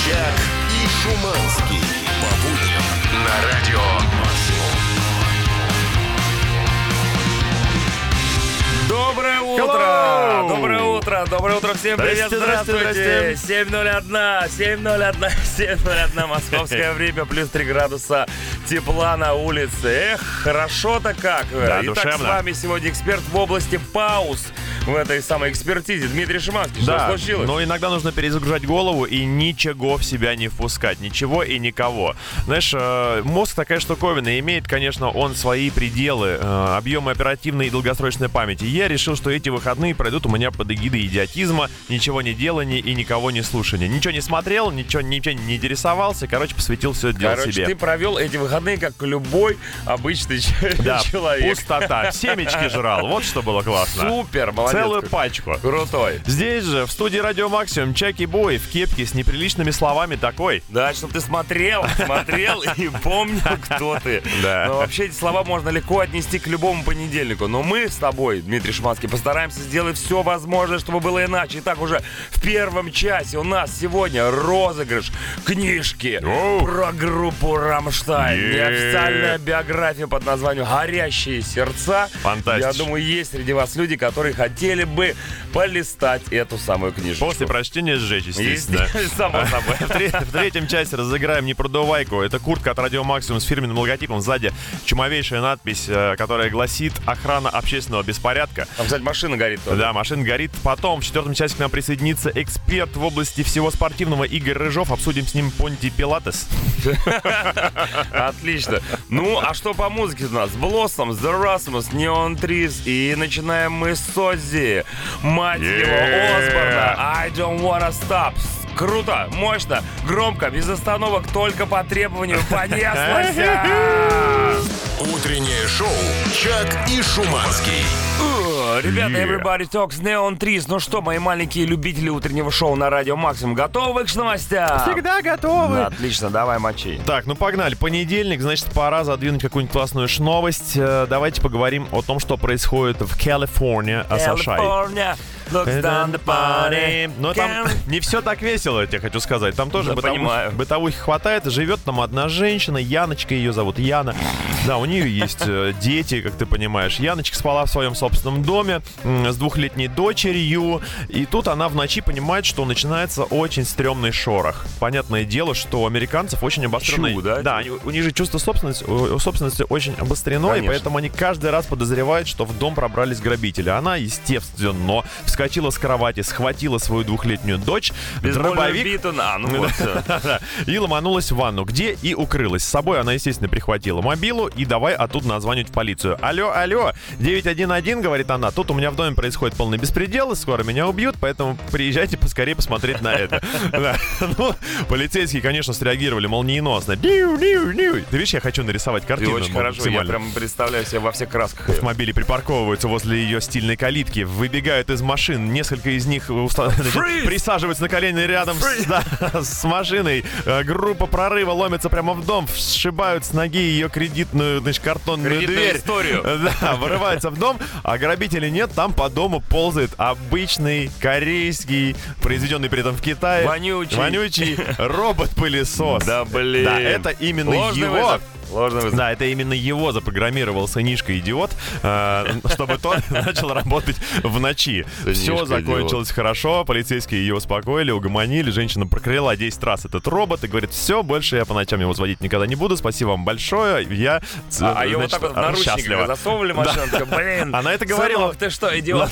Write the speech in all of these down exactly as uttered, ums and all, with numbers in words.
Чак и Шуманский. По будням на радио Максимум. Доброе утро! Hello! Доброе утро! Доброе утро всем! Привет! Здрасте, здрасте, Здравствуйте! здрасте. семь ноль один, семь ноль один, семь ноль один московское время, плюс три градуса тепла на улице. Эх, хорошо-то как! Да, Итак, душевно. с вами сегодня эксперт в области пауз в этой самой экспертизе. Дмитрий Шуманский. Да, что случилось? но иногда нужно перезагружать голову и ничего в себя не впускать. Ничего и никого. Знаешь, э, мозг такая штуковина. Имеет, конечно, он свои пределы, э, объемы оперативной и долгосрочной памяти. Я решил, что эти выходные пройдут у меня под эгидой идиотизма, ничего не делания и никого не слушания. Ничего не смотрел, ничего, ничего не интересовался. Короче, посвятил все это дело Короче, себе. ты провел эти выходные, как любой обычный Да, человек. пустота. Семечки жрал. Вот что было классно. Супер, молодец. Целую пачку. Крутой. Здесь же, в студии Радио Максимум, Чаки Бой в кепке с неприличными словами такой. Да, чтобы ты смотрел, смотрел и помнил, кто ты. Да. Но вообще эти слова можно легко отнести к любому понедельнику. Но мы с тобой, Дмитрий Шуманский, постараемся сделать все возможное, чтобы было иначе. Итак, уже в первом часе у нас сегодня розыгрыш книжки Оу. про группу «Рамштайн». Е-е-е. Неофициальная биография под названием «Горящие сердца». Фантастично. Я думаю, есть среди вас люди, которые хотели бы полистать эту самую книжечку. После прочтения сжечь, естественно. Само собой. В, тре- в третьем часе разыграем непродувайку. Это куртка от Радио Максимум с фирменным логотипом. Сзади чумовейшая надпись, э, которая гласит «Охрана общественного беспорядка». Там, кстати, машина горит тоже. Да, машина горит. Потом в четвертом часе к нам присоединится эксперт в области всего спортивного Игорь Рыжов. Обсудим с ним Понти Пилатес. Отлично. Ну, а что по музыке у нас? Blossoms, The Rasmus, Neon Trees. И начинаем мы с Оззи. Мать его, Осборна. I don't wanna stop. Круто, мощно, громко, без остановок, только по требованию. Понеслась! Утреннее шоу Чак и Шуманский. О, Ребята, Yeah. everybody talks Neon Trees. Ну что, мои маленькие любители утреннего шоу на Радио Максимум, готовы к новостям? Всегда готовы. Да, отлично, давай мочи. Так, ну погнали. Понедельник, значит, пора задвинуть какую-нибудь классную новость. Э, Давайте поговорим о том, что происходит в Калифорнии. Асашай. California looks down the party. Но там не все так весело, я тебе хочу сказать. Там тоже Да, бытовух- понимаю. бытовухи хватает. Живет там одна женщина, Яночка ее зовут, Яна. Да, у нее есть э, дети, как ты понимаешь. Яночка спала в своем собственном доме м, с двухлетней дочерью. И тут она в ночи понимает, что начинается очень стрёмный шорох. Понятное дело, что у американцев очень обостренное... Чу, да? Да, они- у них же чувство собственности, у- у собственности очень обострено, Конечно. и поэтому они каждый раз подозревают, что в дом пробрались грабители. Она, естественно, вскочила с кровати, схватила свою двухлетнюю дочь, Бейсбольную дробовик, биту, а, ну вот всё. да, и ломанулась в ванну, где и укрылась. С собой она, естественно, прихватила мобилу и давай оттуда названивать в полицию. Алло, алло, девять один один, говорит она, тут у меня в доме происходит полный беспредел, и скоро меня убьют, поэтому приезжайте поскорее посмотреть на это. Да. Ну, полицейские, конечно, среагировали молниеносно. Диу, диу, диу. Ты видишь, я хочу нарисовать Ты картину. очень хорошо, я максимально. прям представляю себя во всех красках. её. Автомобили припарковываются возле ее стильной калитки, выбегают из машин, несколько из них уста- значит, Freeze! присаживаются на колени рядом с, да, с машиной. Э, Группа прорыва ломится прямо в дом, сшибают с ноги ее кредитную, значит, картонную Кредитную дверь. историю. Да, вырываются в дом, а грабителей нет, там по дому ползает обычный корейский, произведенный при этом в Китае, Вонючий. вонючий робот-пылесос. Да блин. Да, это именно Ложный его. вызов. Ложный вызов. Да, это именно его запрограммировал сынишка-идиот, э, чтобы тот начал работать в ночи. Все Сынишка-идиот. закончилось хорошо, полицейские ее успокоили, угомонили, женщина прокляла десять раз этот робот и говорит, все, больше я по ночам его водить никогда не буду, спасибо вам большое, я ц- А, а ее вот значит, так вот в наручниках счастлива». засовывали в машину, такая, блин. Она это говорила. Сынок, ты что, идиот?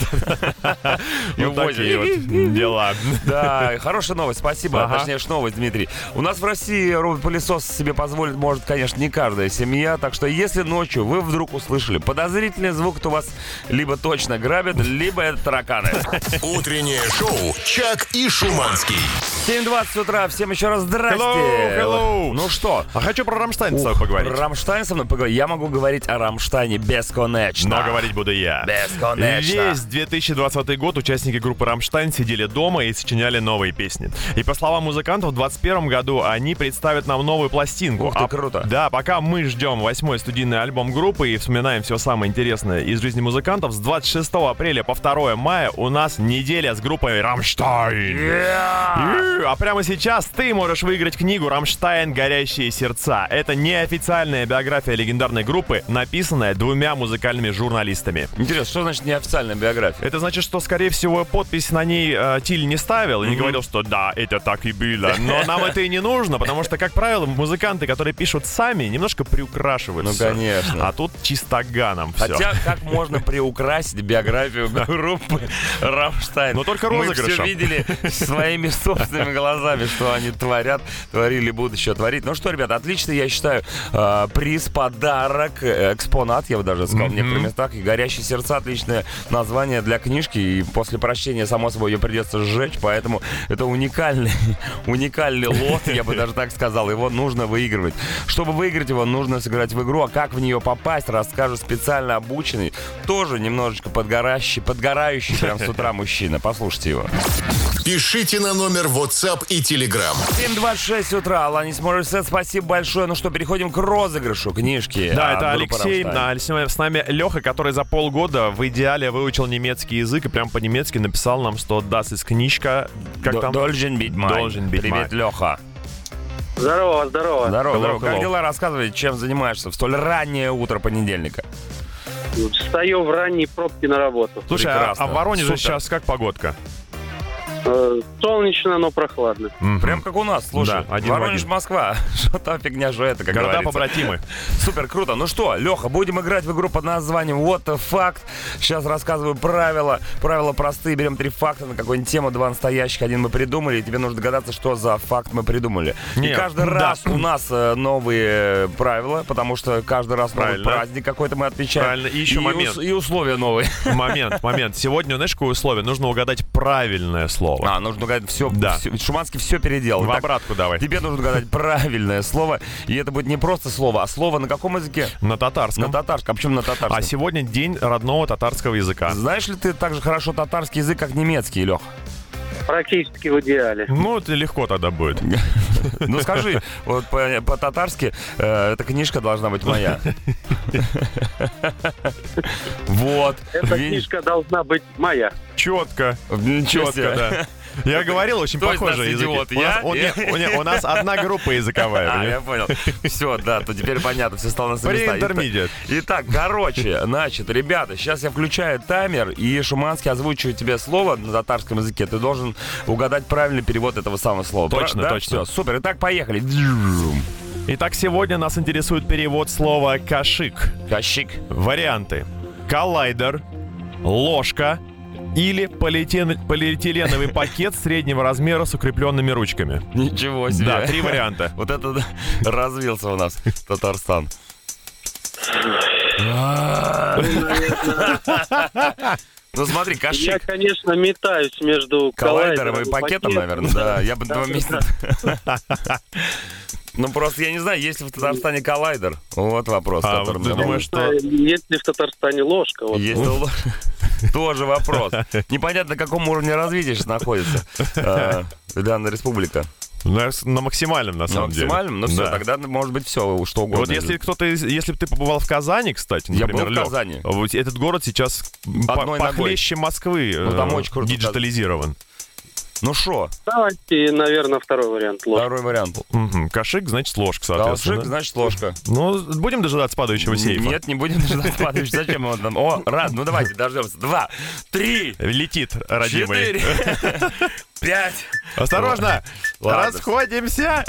И Вот такие увозят. вот дела. Да, хорошая новость, спасибо. Ага. Точнее, новость, Дмитрий. У нас в России робот-пылесос себе позволить может, конечно, не каждая семья. Так что, если ночью вы вдруг услышали подозрительный звук, то вас либо точно грабят, либо это тараканы. Утреннее шоу Чак и Шуманский. семь двадцать утра. Всем еще раз здрасте. Hello, hello. Ну что? А хочу про Рамштайн с Ух, тобой поговорить. Рамштайн со мной поговорить. Я могу говорить о Рамштайне бесконечно. Но говорить буду я. Бесконечно. Весь две тысячи двадцатый год участники группы «Рамштайн» сидели дома и сочиняли новые песни. И по словам музыкантов, в двадцать первом году они представят нам новую пластинку. Ух ты, А- круто. Да, пока мы ждем восьмой студийный альбом группы и вспоминаем все самое интересное из жизни музыкантов, с двадцать шестого апреля по второго мая у нас неделя с группой «Рамштайн». Yeah. А прямо сейчас ты можешь выиграть книгу «Рамштайн. Горящие сердца». Это неофициальная биография легендарной группы, написанная двумя музыкальными журналистами. Интересно, что значит неофициальная биография? Это значит, что, скорее всего, подпись на ней э, Тиль не ставил и не mm-hmm. говорил, что да, это так и было. Но нам это и не нужно, потому что, как правило, музыканты, которые пишут сами, немножко приукрашивают. Ну, всё. конечно. А тут чистоганом все. Хотя, как можно приукрасить биографию группы «Рамштайн»? Но только розыгрышем. Мы все видели своими собственными глазами, что они творят, творили, будут еще творить. Ну что, ребята, отлично, я считаю, э, приз, подарок, экспонат, я бы даже сказал, mm-hmm. в некоторых местах. И «Горящие сердца» — отличное название для книжки, и после прочтения, само собой, ее придется сжечь, поэтому это уникальный, уникальный лот, я бы даже так сказал, его нужно выигрывать. Чтобы выиграть его, нужно сыграть в игру, а как в нее попасть, расскажет специально обученный, тоже немножечко подгорающий, подгорающий прям с утра мужчина. Послушайте его. Пишите на номер WhatsApp и Telegram. семь двадцать шесть утра. Аланис Морисет, спасибо большое. Ну что, переходим к розыгрышу книжки. Да, это Алексей, да, с нами Леха, который за полгода в идеале выучил немецкий язык и прям по-немецки написал нам, что das ist книжка. Как Д- там? Должен быть май. Должен быть Привет, май. Леха. Здорово, здорово. Здорово, Hello, здорово. hello. Как дела? Рассказывай, чем занимаешься в столь раннее утро понедельника. Встаю в ранней пробке на работу. Слушай, а, Прекрасно. а в Воронеже Супер. сейчас как погодка? Э, солнечно, но прохладно. Мгм. Прям как у нас, слушай. Да, один в Воронеж, один. Москва. Что та фигня, что это, как Города говорится. побратимы. Супер, круто. Ну что, Леха, будем играть в игру под названием What the Fact. Сейчас рассказываю правила. Правила простые. Берем три факта на какую-нибудь тему, два настоящих, один мы придумали, и тебе нужно догадаться, что за факт мы придумали. И Нет, каждый да. раз у нас э, новые правила, потому что каждый раз новый Правильно. праздник какой-то мы отмечаем. Правильно. И еще момент. ус- и условия новые. Момент, момент. Сегодня, знаешь, какое условие? Нужно угадать правильное слово. А, нужно угадать все. Да. Шуманский все переделал. В Так, обратку давай. тебе нужно угадать правильное слово. И это будет не просто слово, а слово на каком языке? На татарском. На татарском. А почему на татарском? А сегодня день родного татарского языка. Знаешь ли ты так же хорошо татарский язык, как немецкий, Лех? Практически в идеале. Ну, это легко тогда будет. Ну скажи, вот по- по-татарски э, эта книжка должна быть моя. Вот. Эта видишь? книжка должна быть моя. Четко. Ничего Четко, себе. да. Я говорил, очень Кто из похожие нас языки. идиот? У нас, Я? у, не- у не- у нас одна группа языковая. А, понимаешь? я понял. Все, да, то теперь понятно, все стало на свои места. Pre-intermediate. Итак, короче, значит, ребята, сейчас я включаю таймер, и Шуманский озвучивает тебе слово на татарском языке. Ты должен угадать правильный перевод этого самого слова. Точно, Пра- да? точно. Все, супер. Итак, поехали. Итак, сегодня нас интересует перевод слова «кашик». Кащик. Варианты. Коллайдер, ложка или полиэтен- полиэтиленовый пакет среднего размера с укрепленными ручками. Ничего себе. Да, три варианта. Вот это да, развился у нас Татарстан. Ну смотри, Я, кашик. конечно, метаюсь между Коллайдером коллайдером и пакетом, наверное, да. Я бы два месяца... Ну, просто я не знаю, есть ли в Татарстане коллайдер. Вот вопрос. А, который вот ты мне- думаешь, что... Есть ли в Татарстане ложка? Вот. Есть ли ло- тоже вопрос. Непонятно, на каком уровне развития сейчас находится э, данная республика. На, на максимальном, на На самом деле. максимальном? Ну все, Да. тогда может быть все, что угодно. Вот если кто-то, из- если бы ты побывал в Казани, кстати, Я например, был в Лёх, Казани. вот этот город сейчас по- Одной ногой. похлеще Москвы Ну, там э, очень круто. диджитализирован. Ну шо, Давайте, наверное, второй вариант. Ложка. второй вариант. Мгм. Кашик, значит, ложка, соответственно. Калшик, значит ложка. Ну, будем дожидаться падающего сейфа. Нет, не будем дожидаться падающего. Зачем его там? О, рад, ну давайте дождемся. Два, три, Летит, родимый. четыре, пять. Осторожно! Ладно. Расходимся!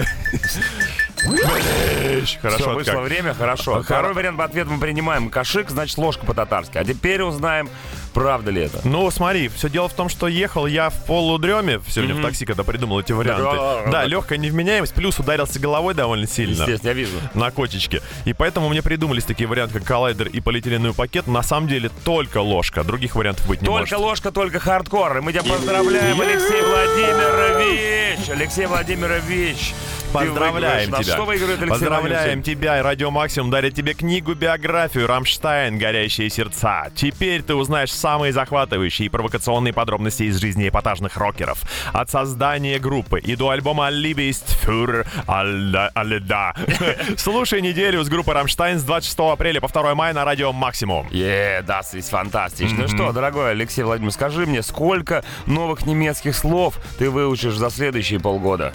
Блин, Все, Хорошо, вышло как. время, хорошо. Хоро- Второй вариант ответ мы принимаем. Кашик, значит ложка по-татарски. А теперь узнаем, правда ли это. Ну, смотри, все дело в том, что ехал я в полудреме сегодня Мгм. в такси, когда придумал эти варианты. Да-да-да. Да, легкая невменяемость, плюс ударился головой довольно сильно. Естественно, я вижу. На котичке. И поэтому мне придумались такие варианты, как коллайдер и полиэтиленовый пакет. На самом деле только ложка. Других вариантов быть не Только может. ложка, только хардкор. И мы тебя поздравляем, Алексей Владимирович. Алексей Владимирович. Поздравляем выигрываешь. тебя. А что выигрывает Алексей Поздравляем Владимирович? тебя, и Радио Максимум дарит тебе книгу-биографию «Рамштайн. Горящие сердца». Теперь ты узнаешь самые захватывающие и провокационные подробности из жизни эпатажных рокеров. От создания группы и до альбома «Liebe ist für alle da». Слушай неделю с группой «Рамштайн» с двадцать шестого апреля по второго мая на Радио Максимум. Е, да, здесь фантастично. Ну что, дорогой Алексей Владимирович, скажи мне, сколько новых немецких слов ты выучишь за следующие полгода?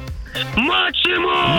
Максимум!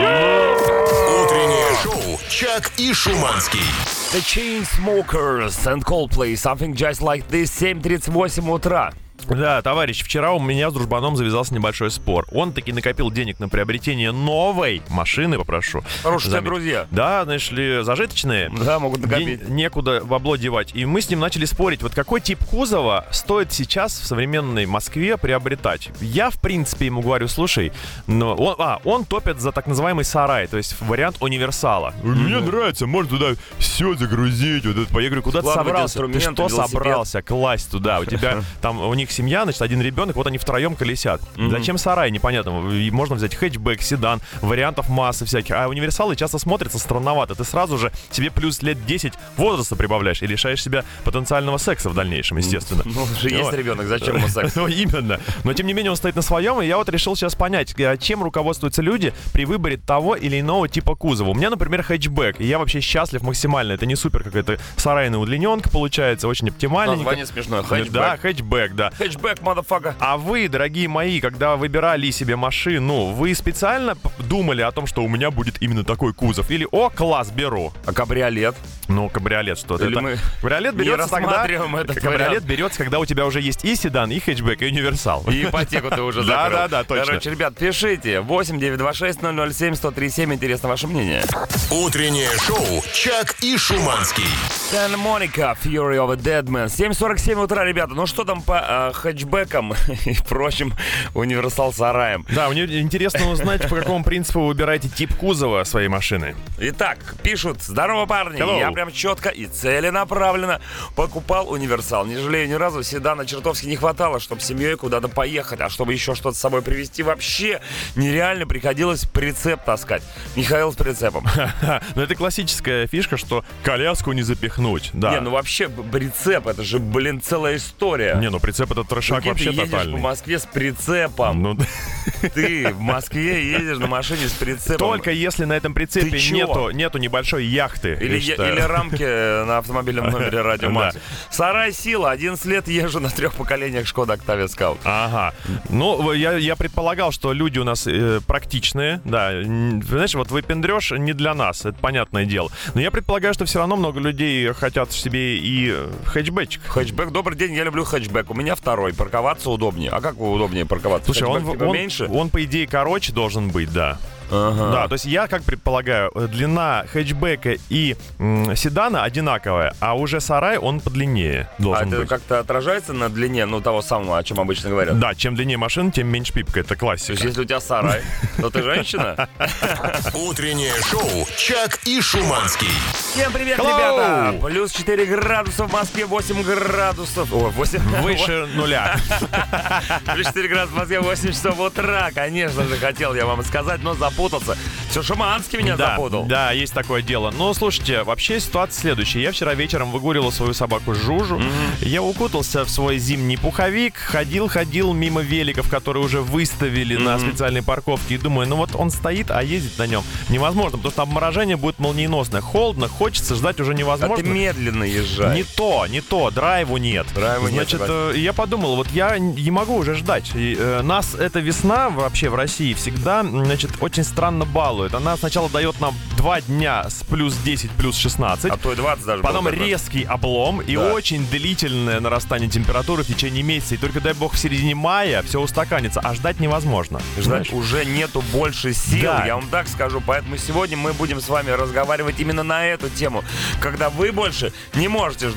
Утреннее шоу «Чак и Шуманский». The Chainsmokers and Coldplay, Something Just Like This, семь тридцать восемь утра. Да, товарищ, вчера у меня с дружбаном завязался небольшой спор. Он таки накопил денег на приобретение новой машины, попрошу. Хорошие у тебя друзья. Да, знаешь ли, зажиточные. Да, могут накопить. День- некуда бабло девать. И мы с ним начали спорить, вот какой тип кузова стоит сейчас в современной Москве приобретать. Я, в принципе, ему говорю, слушай, но он, а, он топит за так называемый сарай, то есть вариант универсала. Мне нравится, можно туда все загрузить. Вот это. Я говорю, куда ты Складывать собрался? Ты инструменты, что велосипед. собрался класть туда? У тебя там, у них семья, значит, один ребенок, вот они втроем колесят. Mm-hmm. Зачем сарай, непонятно. И можно взять хэтчбэк, седан, вариантов массы всяких. А универсалы часто смотрятся странновато. Ты сразу же себе плюс лет десять возраста прибавляешь и лишаешь себя потенциального секса в дальнейшем, естественно. Ну, уже есть ребенок, зачем ему секс? Ну, именно. Но, тем не менее, он стоит на своем, и я вот решил сейчас понять, чем руководствуются люди при выборе того или иного типа кузова. У меня, например, хэтчбэк, и я вообще счастлив максимально. Это не супер какая-то сарайная удлиненка получается, очень оптимальненько. Название смешное, хэтчбэк. Да, хэтчбэк, да. Хэтчбэк, motherfucker. А вы, дорогие мои, когда выбирали себе машину, вы специально п- думали о том, что у меня будет именно такой кузов? Или, о, класс, беру. А кабриолет? Ну, кабриолет что-то. Или это... мы Кабриолет не берется тогда... рассматриваем этот Кабриолет вариант? берется, когда у тебя уже есть и седан, и хэтчбэк, и универсал. И ипотеку ты уже закрыл. Да, да, да, точно. Короче, ребят, пишите. восемь девятьсот двадцать шесть ноль ноль семь сто три семь. Интересно ваше мнение. Утреннее шоу «Чак и Шуманский». Santa Monica, Fury of a Dead Man. семь сорок семь утра, ребята. Ну что там по э, хэтчбэкам и прочим универсал-сараям? Да, мне интересно узнать, по какому принципу вы выбираете тип кузова своей машины. Итак, пишут: здорово, парни. Hello. Я прям четко и целенаправленно покупал универсал. Не жалею ни разу, седана чертовски не хватало, чтобы с семьей куда-то поехать. А чтобы еще что-то с собой привезти, вообще нереально приходилось прицеп таскать. Михаил с прицепом. Но это классическая фишка, что коляску не запихнуть. Да. Не, ну вообще б- прицеп, это же, блин, целая история. Не, ну прицеп это трешак Прикинь, вообще ты едешь тотальный. по Москве с прицепом. Ну, Ты в Москве едешь на машине с прицепом. только если на этом прицепе Ты чё? нету, нету небольшой яхты. Или, я е- считаю. или рамки на автомобильном номере Радио Макс. Сарай Сила. одиннадцать лет езжу на трех поколениях Шкода Октавия Скаут. Ага. Ну, я, я предполагал, что люди у нас э, практичные, да. Н- Знаешь, вот выпендрёж не для нас, это понятное дело. Но я предполагаю, что все равно много людей хотят себе и э, хэтчбэчик. Хэтчбэк. Добрый день, я люблю хэтчбэк. У меня второй. Парковаться удобнее. А как удобнее парковаться? Слушай, он, Хэтчбэк типа он, меньше? он, по идее, короче должен быть, да. Ага. Да, то есть я как предполагаю, э, длина хэтчбека и м, седана одинаковая, а уже сарай, он подлиннее А должен это быть. как-то отражается на длине, ну, того самого, о чем обычно говорят? Да, чем длиннее машина, тем меньше пипка, это То классика. есть, если у тебя сарай, то ты женщина? Утреннее шоу «Чак и Шуманский». Всем привет, Hello! ребята! Плюс четыре градуса в Москве, восемь градусов. О, восемь. Выше нуля. Плюс четыре градуса в Москве, восемь часов утра. Конечно же, хотел я вам сказать, но запутался. Все, Шуманский меня Да, запутал. да, есть такое дело. Но слушайте, вообще ситуация следующая. Я вчера вечером выгуливал свою собаку Жужу. Mm-hmm. Я укутался в свой зимний пуховик, ходил-ходил мимо великов, которые уже выставили mm-hmm. на специальной парковке. И думаю, ну вот он стоит, а ездить на нем невозможно, потому что обморожение будет молниеносное. Холодно, хочется, ждать уже невозможно. А ты медленно езжай. Не то, не то, драйву нет. Драйву нет, Значит, согласен. э, я подумал, вот я не могу уже ждать. И, э, нас эта весна вообще в России всегда, м, значит, очень странно балует. Она сначала дает нам два дня с плюс десять, плюс шестнадцать. А то и двадцать даже. Потом было такое. резкий облом и Да. очень длительное нарастание температуры в течение месяца. И только, дай бог, в середине мая все устаканится. А ждать невозможно. Ждать Знаешь? уже нету больше сил, Да. я вам так скажу. Поэтому сегодня мы будем с вами разговаривать именно на эту тему, когда вы больше не можете ждать.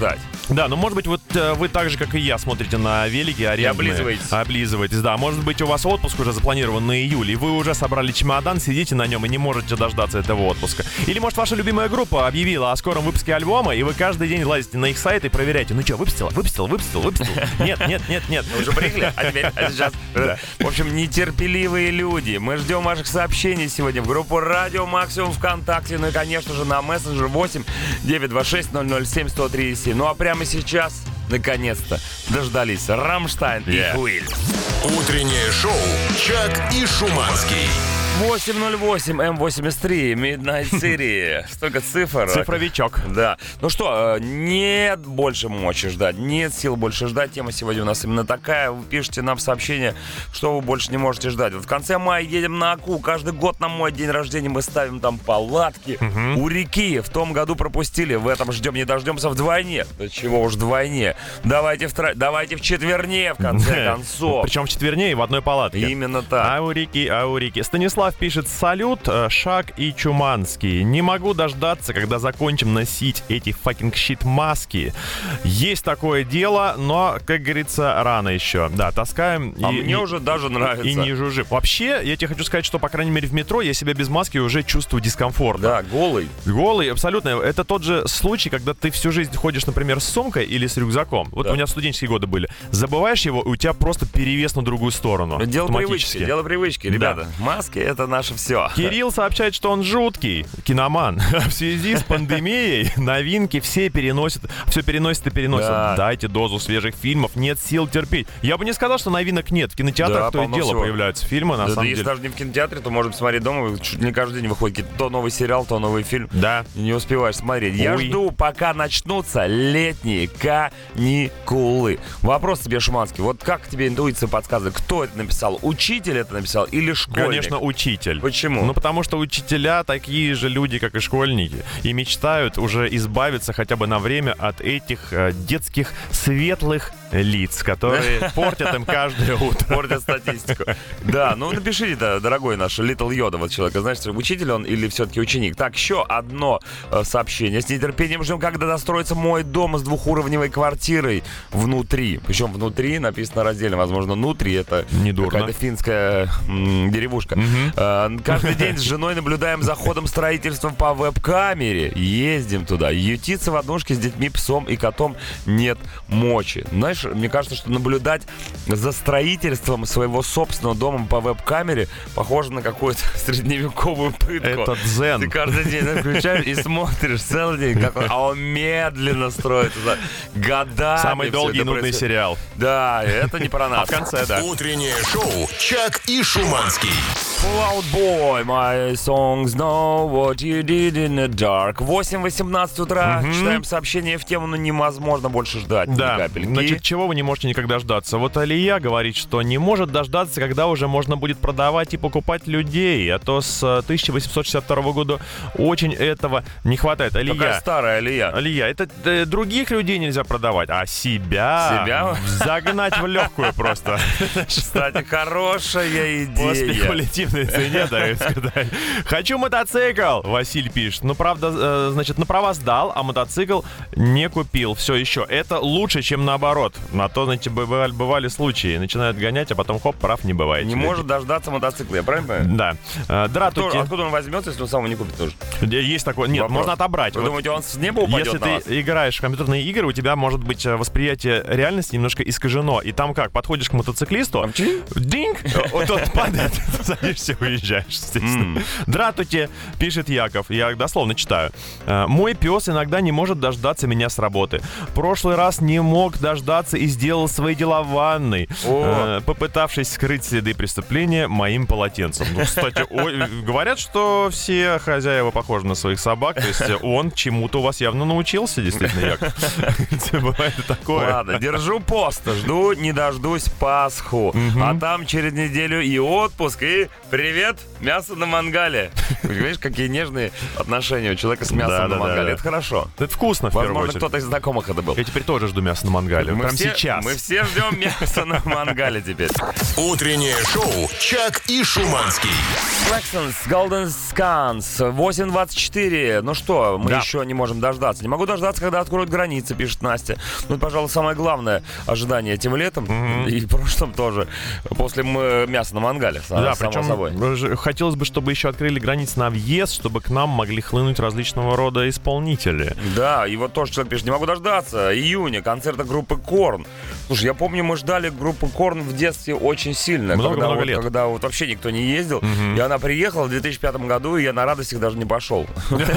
Да, ну может быть вот э, вы так же, как и я, смотрите на велики арендные. облизываетесь. Облизываетесь, да. Может быть у вас отпуск уже запланирован на июль, и вы уже собрали чемодан, сидите на нем и не можете дождаться этого отпуска. Или может ваша любимая группа объявила о скором выпуске альбома, и вы каждый день лазите на их сайт и проверяете, ну что, выпустила, выпустила, выпустила, выпустила. Нет, нет, нет, нет. Уже приехали, а теперь, а сейчас. В общем, нетерпеливые люди. Мы ждем ваших сообщений сегодня в группу Радио Максимум ВКонтакте, ну и, конечно же, на мессенджер восемь девятьсот двадцать шесть ноль ноль семь сто тридцать семь. Ну а прямо сейчас, наконец-то, дождались Рамштайн и Yeah. Хвиль. Утреннее шоу «Чак и Шуманский». восемь ноль восемь эм восемьдесят три, Midnight City. Столько цифр. Цифровичок. Да. Ну что, нет больше мочи ждать, нет сил больше ждать. Тема сегодня у нас именно такая. Вы пишите нам сообщение, что вы больше не можете ждать. Вот в конце мая едем на Аку. Каждый год на мой день рождения мы ставим там палатки Угу. у реки. В том году пропустили, в этом ждем не дождемся вдвойне. Да чего уж вдвойне. Давайте в, тро... Давайте в четверне, в конце концов. Причем в четверне и в одной палатке. Именно так. Аурики, аурики. Станислав пишет: салют, э, Шак и Чуманский. Не могу дождаться, когда закончим носить эти факинг щит маски. Есть такое дело, но, как говорится, рано еще. Да, таскаем. А и, мне и, уже даже нравится. И не жужжим. Вообще, я тебе хочу сказать, что, по крайней мере, в метро я себя без маски уже чувствую дискомфортно. Да, голый. Голый, абсолютно. Это тот же случай, когда ты всю жизнь ходишь, например, с сумкой или с рюкзаком. Вот Да. у меня в студенческие годы были. Забываешь его, и у тебя просто перевес на другую сторону. Дело автоматически. привычки, дело привычки, ребята. Маски — это наше все. Кирилл сообщает, что он жуткий киноман. В связи с пандемией новинки все переносят, все переносят и переносят. Да. Дайте дозу свежих фильмов, нет сил терпеть. Я бы не сказал, что новинок нет. В кинотеатрах Да, то и полно дело всего. появляются фильмы, на Да, самом да, если деле. даже не в кинотеатре, то можно посмотреть дома. Чуть не каждый день выходит то новый сериал, то новый фильм. Да. И не успеваешь смотреть. Я Ой. жду, пока начнутся летние каникулы. Вопрос тебе, Шуманский. Вот как тебе интуиция подсказывает, кто это написал? Учитель это написал или школьник? Конечно, учитель. Почему? Ну, потому что учителя такие же люди, как и школьники. И мечтают уже избавиться хотя бы на время от этих э, детских светлых лиц, которые портят им каждое утро. Портят статистику. Да, ну напишите, да, дорогой наш Little Yoda, вот человек, знаете, учитель он или все-таки ученик. Так, еще одно э, сообщение. С нетерпением ждем, когда достроится мой дом с двухуровневой квартирой внутри. Причем внутри написано раздельно, возможно, внутри это Недурно. какая-то финская м, деревушка. Э, каждый день с женой наблюдаем за ходом строительства по веб-камере. Ездим туда. Ютиться в однушке с детьми, псом и котом нет мочи. Знаешь, мне кажется, что наблюдать за строительством своего собственного дома по веб-камере похоже на какую-то средневековую пытку. Это дзен. Ты каждый день включаешь и смотришь целый день, как он, а он медленно строится. за- Годами. Самый всё долгий и это нудный происходит. сериал. Да, это не про А нас. в конце, да. Утреннее шоу «Чак и Шуманский». Fall Out Boy, my songs know what you did in the dark. восемь восемнадцать утра. Читаем сообщение в тему, но невозможно больше ждать. Ни Да, капельки. значит, чего вы не можете никогда дождаться? Вот Алия говорит, что не может дождаться, когда уже можно будет продавать и покупать людей, а то с э, тысяча восемьсот шестьдесят второго года очень этого не хватает. Такая Алия, старая Алия. Алия, это э, других людей нельзя продавать, а себя, Себя? загнать в легкую просто. Кстати, хорошая По идея. спекулятивной цене, так сказать. Хочу мотоцикл, Василий пишет. Ну, правда, э, значит, на права сдал, а мотоцикл не купил. Все еще. Это лучше, чем наоборот. На то, знаете, бывали, бывали случаи. Начинают гонять, а потом хоп, прав не бывает. Не может дождаться мотоцикла, я правильно понимаю? Да. Э, Дратути. Кто- Откуда он возьмется, если он сам его не купит тоже? Есть такое. Нет, Вопрос. можно отобрать. Вы Вот думаете, он с неба упадет если на вас? ты играешь в компьютерные игры, у тебя может быть э, восприятие реальности немножко искажено. И там как? Подходишь к мотоциклисту, Там чин? динг, вот тот падает, ты садишься и уезжаешь, естественно. Здравствуйте, пишет Яков, я дословно читаю. Э, Мой пес иногда не может дождаться меня с работы. Прошлый раз не мог дождаться и сделал свои дела в ванной, О. э, попытавшись скрыть следы преступления моим полотенцем. Ну, кстати, ой, говорят, что все хозяева похожи на своих собак, то есть он чему-то у вас явно научился, действительно, Яков. Бывает и такое. Ладно, держу пост. Жду, не дождусь Пасху. А там через неделю и отпуск, и Привет, мясо на мангале. Видишь, какие нежные отношения у человека с мясом Да, на да, мангале. да, да. Это хорошо. Это вкусно, в первую Возможно, очередь. кто-то из знакомых это был. Я теперь тоже жду мяса на мангале. Мы Прям все, сейчас. Мы все ждем мясо на мангале теперь. Утреннее шоу «Чак и Шуманский». Flexons, Golden Scans, восемь двадцать четыре. Ну что, мы Да. еще не можем дождаться. Не могу дождаться, когда откроют границы, пишет Настя. Ну, это, пожалуй, самое главное ожидание этим летом. Mm-hmm. И в прошлом тоже. После м- мяса на мангале, Да, само причем собой. ж- хотелось бы, чтобы еще открыли границы на въезд, чтобы к нам могли хлынуть различного рода исполнители. Да, и вот тоже человек пишет, не могу дождаться июня, концерта группы Корн. Слушай, я помню, мы ждали группу Корн в детстве очень сильно. Много-много когда, вот, лет. когда вот вообще никто не ездил. Мгм. И она приехала в две тысячи пятом году, и я на радостях даже не пошел.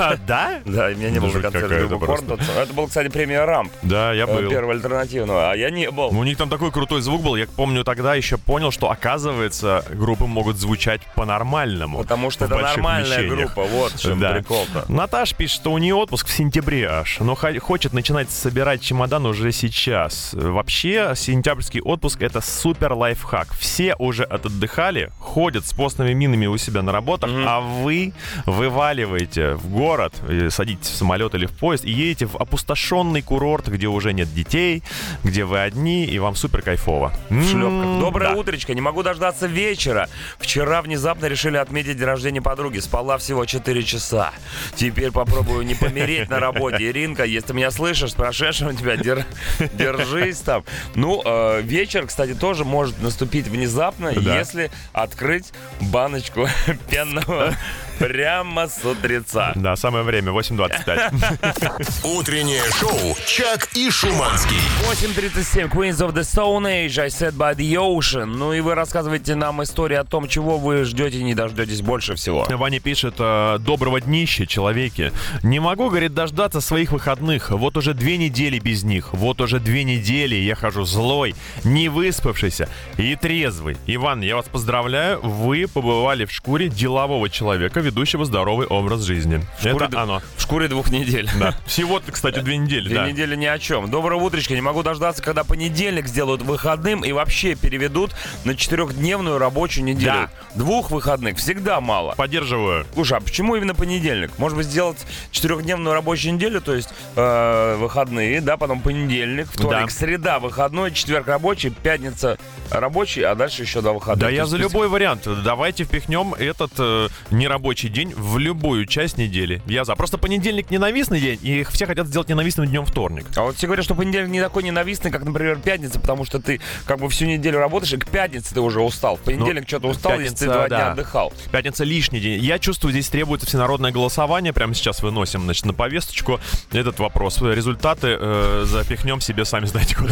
Да? Да, и меня не было Жуть на концерте какая-то группы Корн. Это был, кстати, премия Рамп. Да, я был. Первого альтернативного, а я не был. У них там такой крутой звук был. Я помню, тогда еще понял, что, оказывается, группы могут звучать по-нормальному. Потому что в это больших нормальная помещениях. группа, вот в чем Да. прикол-то. Наташа пишет, что у нее отпуск в сентябре аж, но хо- хочет начинать собирать чемодан уже сейчас. Вообще, сентябрьский отпуск — это супер лайфхак. Все уже отдыхали, ходят с постными минами у себя на работах, Мгм. а вы вываливаете в город, э, садитесь в самолет или в поезд и едете в опустошенный курорт, где уже нет детей, где вы одни, и вам супер кайфово. В шлепках. М, Доброе да. утречко, не могу дождаться вечера. Вчера внезапно решили отметить день рождения подруги. Спала всего четыре часа. Теперь попробую не помереть на работе. Иринка, если ты меня слышишь, с прошедшим тебя, дер- держись там. Ну, э, вечер, кстати, тоже может наступить внезапно, Да. если открыть баночку пенного прямо с утреца. Да, самое время, восемь двадцать пять. Утреннее шоу «Чак и Шуманский». восемь тридцать семь, Queens of the Stone Age, I Said by the Ocean. Ну и вы рассказываете нам историю о том, чего вы ждете и не дождетесь больше всего. Ваня пишет: э, доброго днища, человеки. Не могу, говорит, дождаться своих выходных. Вот уже две недели без них. Вот уже две недели я хожу злой, не выспавшийся и трезвый. Иван, я вас поздравляю. Вы побывали в шкуре делового человека, ведущего здоровый образ жизни. шкуре Это д- оно. В шкуре двух недель. Да. Всего-то, кстати, две недели. Две да. недели ни о чем. Доброе утречко. Не могу дождаться, когда понедельник сделают выходным и вообще переведут на четырехдневную рабочую неделю. Да. Двух выходных всегда мало. Поддерживаю. Слушай, а почему именно понедельник? Может быть, сделать четырехдневную рабочую неделю, то есть э, выходные, да, потом понедельник, вторник, Да. среда выходной, четверг рабочий, пятница рабочий, а дальше еще два выходных. Да, То я есть, за любой вариант. Давайте впихнем этот э, нерабочий день в любую часть недели. Я за. Просто понедельник ненавистный день, и все хотят сделать ненавистным днем вторник. А вот все говорят, что понедельник не такой ненавистный, как, например, пятница, потому что ты как бы всю неделю работаешь, и к пятнице ты уже устал. В понедельник Ну, что-то устал, если ты пятница, два дня да. отдыхал. Пятница лишний день. Я чувствую, здесь требуется всенародное голосование. Прямо сейчас выносим, значит, на повесточку этот вопрос. Результаты э, запихнем себе сами знаете куда.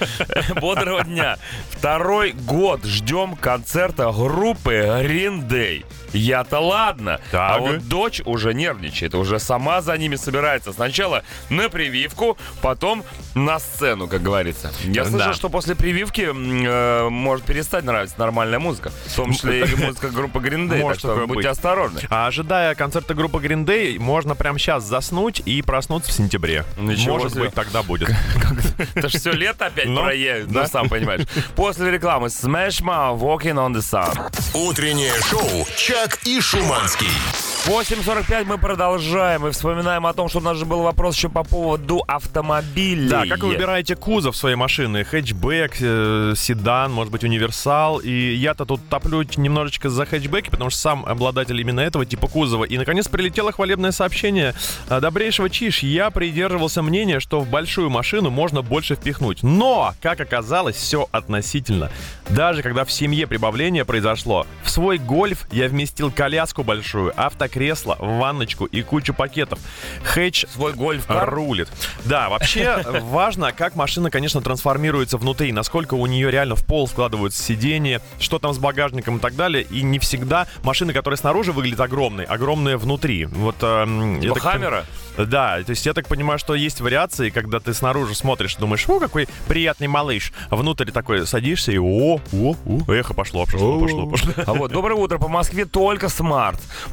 Бодрого дня. Второй год ждем концерта группы Green Day. Я-то ладно, а Так. вот дочь уже нервничает, уже сама за ними собирается. Сначала на прививку, потом на сцену, как говорится. Я слышал, Да. что после прививки м, э, может перестать нравиться нормальная музыка, в том числе и музыка группы Green Day, так Может что такое будьте быть. осторожны. А ожидая концерта группы Green Day, можно прямо сейчас заснуть и проснуться в сентябре. Ничего Может себе. быть, тогда будет. Это ж все лето опять Ну, проедет, да. ну сам понимаешь. После рекламы Smash Mouth, Walking on the Sun. Утреннее шоу «Чак и Шуманский». восемь сорок пять мы продолжаем и вспоминаем о том, что у нас же был вопрос еще по поводу автомобилей. Да, как вы выбираете кузов своей машины? Хэтчбэк, э, седан, может быть, универсал. И я-то тут топлю немножечко за хэтчбеки, потому что сам обладатель именно этого типа кузова. И, наконец, прилетело хвалебное сообщение. А, Добрейшего Чиш, я придерживался мнения, что в большую машину можно больше впихнуть. Но, как оказалось, все относительно. Даже когда в семье прибавление произошло, в свой гольф я вместил коляску большую, автокресло, ванночку и кучу пакетов. Хэтч Свой гольф рулит. Да, вообще важно, как машина, конечно, трансформируется внутри, насколько у нее реально в пол складываются сиденья, что там с багажником и так далее. И не всегда машины, которые снаружи выглядят огромной, огромные внутри. Вот эм, я Типа так Хаммера? пон- Да, то есть я так понимаю, что есть вариации, когда ты снаружи смотришь, думаешь, о, какой приятный малыш. Внутрь такой садишься и о, о, о, эхо пошло, пошло, пошло, пошло. А вот, доброе утро. По Москве только смарт. По-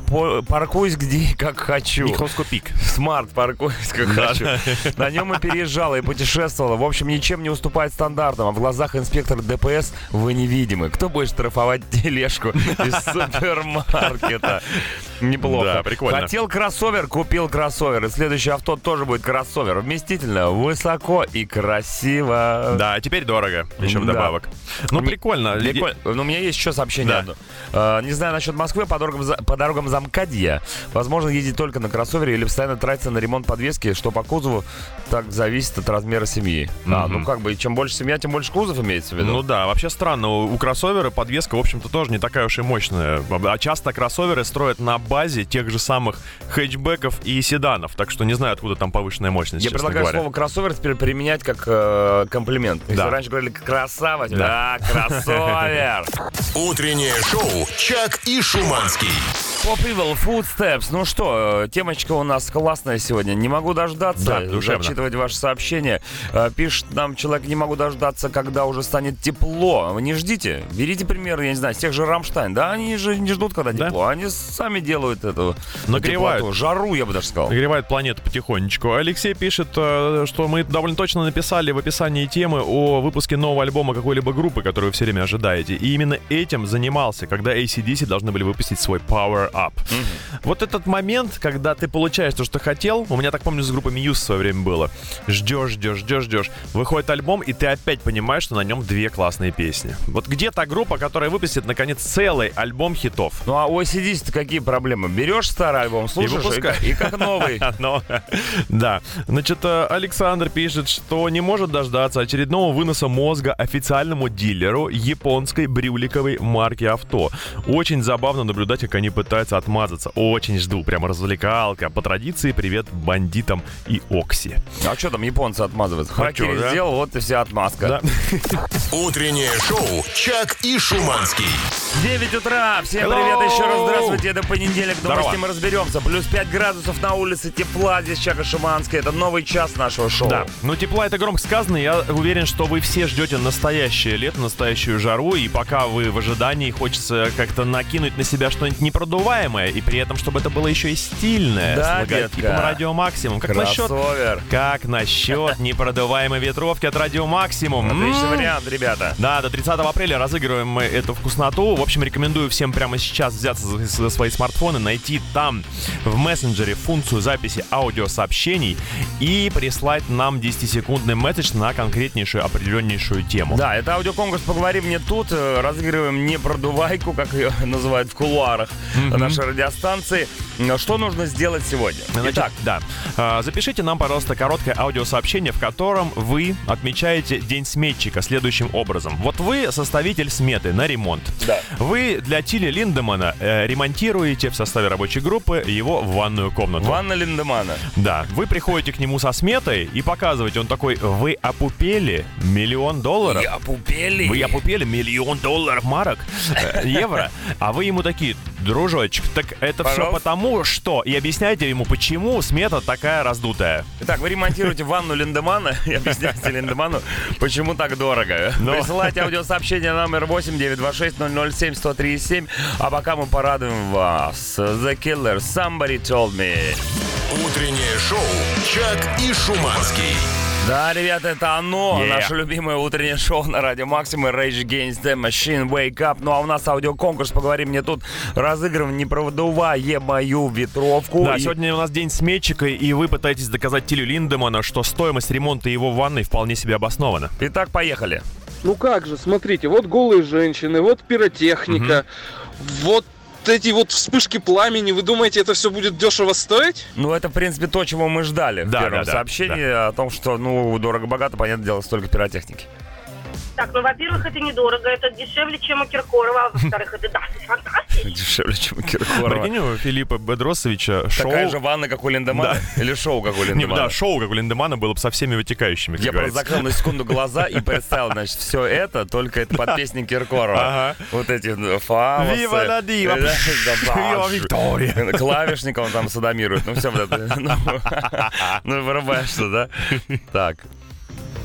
паркуюсь где и как хочу. Микроскопик. Смарт, паркуюсь как хочу. На нем и переезжала, и путешествовала. В общем, ничем не уступает стандартам. А в глазах инспектора ДПС вы невидимы. Кто будет штрафовать тележку из супермаркета? Неплохо. Да, прикольно. Хотел кроссовер, купил кроссовер. И следующее авто тоже будет кроссовер. Вместительно, высоко и красиво. Да, а теперь дорого. Еще Да. вдобавок. Ну, прикольно. Прикольно. Но у меня есть еще сообщение Да. одно. А, не знаю насчет Москвы, по дорогам, за- по дорогам Замкадья. Возможно, ездить только на кроссовере или постоянно тратиться на ремонт подвески, что по кузову так зависит от размера семьи. А, Мгм. ну как бы, чем больше семья, тем больше кузов имеется в виду. Ну да, вообще странно. У у кроссовера подвеска, в общем-то, тоже не такая уж и мощная. А часто кроссоверы строят на базе тех же самых хэтчбеков и седанов. Так что не знаю, откуда там повышенная мощность, Я честно предлагаю говоря. слово кроссовер теперь применять как э, комплимент. Если Да. раньше говорили красава, Да. да, кроссовер. Утреннее шоу «Чак и Шуманский». Pop Evil, Footsteps. Ну что, э, темочка у нас классная сегодня. Не могу дождаться Да, душевно. зачитывать ваши сообщения. Э, Пишет нам человек, не могу дождаться, когда уже станет тепло. Вы не ждите. Берите пример, я не знаю, с тех же Рамштайн. Да, они же не ждут, когда Да. тепло. Они сами делают эту Нагревают. теплоту. Жару, я бы даже сказал. Нагревает планету потихонечку. Алексей пишет, э, что мы довольно точно написали в описании темы о выпуске нового альбома какой-либо группы, которую вы все время ожидаете. И именно этим занимался, когда эй си/ди си должны были выпустить свой Power Up. Вот этот момент, когда ты получаешь то, что хотел, у меня, так помню, с группой Muse в свое время было. Ждешь, ждешь, ждешь, ждешь. Выходит альбом, и ты опять понимаешь, что на нем две классные песни. Вот где та группа, которая выпустит, наконец, целый альбом хитов? Ну а у эй си/ди си-то какие проблемы? Берешь старый альбом, слушаешь, и, выпускай. как- и как новый. Но, да. Значит, э, Александр пишет, что не может дождаться очередного выноса мозга официальному дилеру японской брюликовой марки авто. Очень забавно наблюдать, как они пытаются отмазаться. Очень жду, прямо развлекалка. По традиции, привет бандитам и Окси. А что там японцы отмазываются? чё, Харакири да? сделал, вот и вся отмазка. Да. Утреннее шоу «Чак и Шуманский». девять утра. Всем Hello. привет еще раз. Здравствуйте. Это понедельник. Думаю, Здорово. с ним мы разберемся. Плюс пять градусов на улице, тепла. Здесь Чака Шуманский. Это новый час нашего шоу. Да, ну тепла это громко сказано. Я уверен, что вы все ждете настоящее лето, настоящую жару. И пока вы в ожидании, хочется как-то накинуть на себя что-нибудь непродуваемое. И при этом, чтобы это было еще и стильное. Да, с логотипом детка. Радио Максимум. Как насчет... Кроссовер. Как насчет непродуваемой ветровки от Радио Максимум? Отличный М-м. вариант, ребята. Да, до тридцатого апреля разыгрываем мы эту вкусноту. В общем, рекомендую всем прямо сейчас взяться за, за свои смартфоны, найти там в мессенджере функцию записи аудиосообщений и прислать нам десятисекундный месседж на конкретнейшую, определеннейшую тему. Да, это аудиоконкурс «Поговори мне тут». Э, Разыгрываем не продувайку, как ее называют в кулуарах нашей радиостанции. Но что нужно сделать сегодня? Значит, Итак, да. А, Запишите нам, пожалуйста, короткое аудиосообщение, в котором вы отмечаете День сметчика следующим образом. Вот вы составитель сметы на ремонт. Да. Вы для Тилли Линдемана э, ремонтируете в составе рабочей группы его ванную комнату. Ванна Линдемана. Да. Вы приходите к нему со сметой и показываете. Он такой: вы опупели миллион долларов? Я пупели. Вы опупели миллион долларов марок, э, евро, а вы ему такие: дружочек, так это все Пожалуйста. потому что... И объясняете ему, почему смета такая раздутая. Итак, вы ремонтируете ванну Линдемана и объясняете Линдеману, почему так дорого. Но. Присылайте аудиосообщение на номер восемь девятьсот двадцать шесть ноль ноль семь сто три семь. А пока мы порадуем вас. The Killer, Somebody Told Me. Утреннее шоу «Чак и Шуманский». Да, ребята, это оно, Yeah. наше любимое утреннее шоу на Радио Максимум, Rage Against the Machine, Wake Up. Ну а у нас аудиоконкурс, поговори мне тут, разыгрываем непродуваемую ветровку. Да, И- сегодня у нас день сметчика, и вы пытаетесь доказать Тилю Линдемана, что стоимость ремонта его ванной вполне себе обоснована. Итак, поехали. Ну как же, смотрите, вот голые женщины, вот пиротехника, вот эти вот вспышки пламени. Вы думаете, это все будет дешево стоить? Ну, это, в принципе, то, чего мы ждали Да, в первом да, да, сообщении, о том, что, ну, дорого-богато, понятное дело, столько пиротехники. Так, ну, во-первых, это недорого, это дешевле, чем у Киркорова, а во-вторых, это, да, это фантастика. Дешевле, чем у Киркорова. Прикинь, у Филиппа Бедросовича шоу... Такая же ванна, как у Линдемана? Или шоу, как у Не, Линдемана? да, шоу, как у Линдемана, было бы со всеми вытекающими, как Я просто говорится. закрыл на секунду глаза и представил, значит, все это, только это под песни Киркорова. Ага. Вот эти ну, фавосы. Вива ла дива, Да, да, Вива да. Виктория. Клавишником там садомируют. Ну, все вот это. Ну, ну, вырубаешь что, да? Так.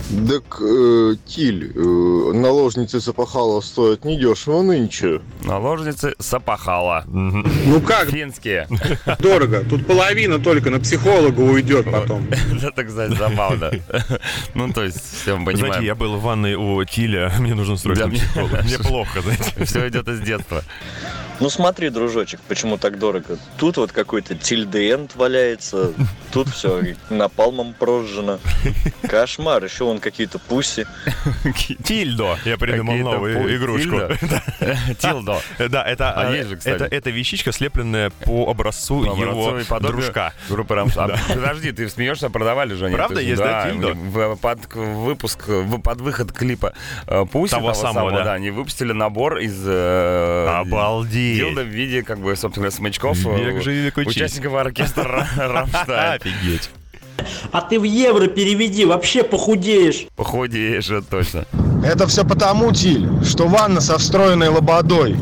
Так, э, Тиль, э, наложницы Сапахала стоят недешево нынче. Наложницы Сапахала. Ну как? Финские. Дорого. Тут половина только на психолога уйдет потом. Это, кстати, забавно. Ну, то есть, все мы понимаем. Знаете, я был в ванной у Тиля, мне нужен срочно психолог. Мне плохо, знаете. Все идет из детства. Ну смотри, дружочек, почему так дорого? Тут вот какой-то тильденд валяется, тут все напалмом прожжено. Кошмар, еще вон какие-то пусси. Тильдо, я придумал новую игрушку. Тильдо. Да, это это вещичка, слепленная по образцу его дружка. Группы Рамштайн. Подожди, ты смеешься, продавали же они. Правда, есть, да, Тильдо? Под выпуск, под выход клипа Пусси того самого, да, они выпустили набор из... Обалдеть. Дилдо в виде, как бы, собственно, смычков участников оркестра Рамштайн. Офигеть. А ты в евро переведи, вообще похудеешь. Похудеешь, это точно. Это все потому, Тиль, что ванна со встроенной лободой.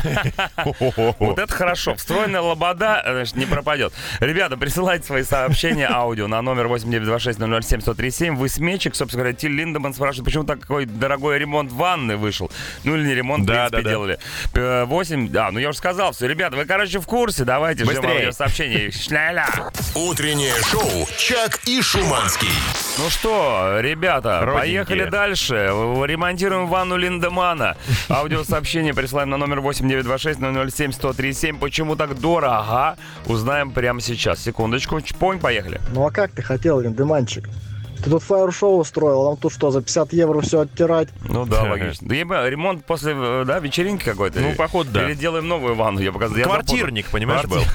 Вот это хорошо. Встроенная лобода, значит, не пропадет. Ребята, присылайте свои сообщения аудио на номер восемь девять два шесть ноль ноль семь сто тридцать семь. Вы сметчик, собственно говоря. Тиль Линдеман спрашивает, почему такой дорогой ремонт ванны вышел. Ну или не ремонт, в принципе, делали. восемь, да, ну я уже сказал все. Ребята, вы, короче, в курсе. Давайте ждем аудиосообщений. Шля-ля. Утреннее шоу «Чак и Шуманский». Ну что, ребята, Родненькие. Поехали дальше. Ремонтируем ванну Линдемана. Аудиосообщение присылаем на номер восемь девять два шесть ноль ноль семь сто тридцать семь. Почему так дорого? Узнаем прямо сейчас. Секундочку. Чпонь, поехали. Ну а как ты хотел, Линдеманчик? Ты тут фаер-шоу устроил, а нам тут что, за пятьдесят евро все оттирать? Ну да, логично. Да я ремонт после, да, вечеринки какой-то? Ну, походу, да. Или делаем новую ванну? Я показал. Квартирник, понимаешь, был.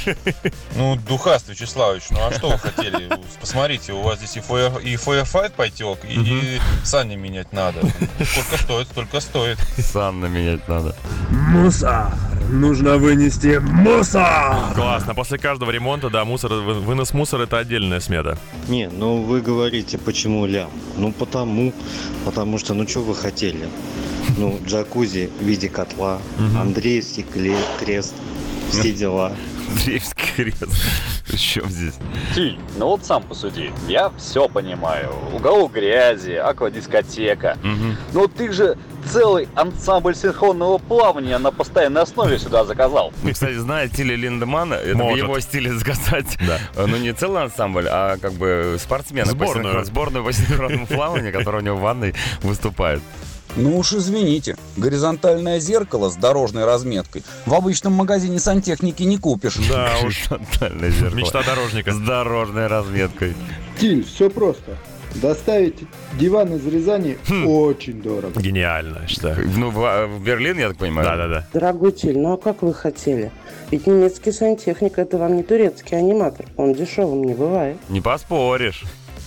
Ну, Духаст Вячеславович, ну а что вы хотели? Посмотрите, у вас здесь и фаерфайт потек, и сани менять надо. Сколько стоит, столько стоит. Санны менять надо. Мусор! Нужно вынести мусор! Классно, после каждого ремонта, да, мусор, вынос мусора — это отдельная смета. Не, ну вы говорите, почему лям? Ну потому, потому что, ну что вы хотели? Ну, джакузи в виде котла, Андреевский крест, все дела. Андреевский крест. При чем здесь? Тиль, ну вот сам посуди. Я все понимаю. Уголок грязи, аквадискотека. Угу. Но ты же целый ансамбль синхронного плавания на постоянной основе сюда заказал. Вы, кстати, знаете Тиля Линдемана, это Может. в его стиле заказать, да. Ну не целый ансамбль, а как бы спортсмены. Сборную. По синхрон, сборную по синхронному плаванию, которая у него в ванной выступает. Ну уж извините, горизонтальное зеркало с дорожной разметкой в обычном магазине сантехники не купишь. Да уж. Горизонтальное зеркало. Мечта дорожника. С дорожной разметкой. Тиль, все просто. Доставить диван из Рязани хм. очень дорого. Гениально, я считаю. Ну, в, в Берлин, я так понимаю. Да-да-да. Дорогой Тиль, ну а как вы хотели? Ведь немецкий сантехник — это вам не турецкий аниматор. Он дешевым не бывает. Не поспоришь.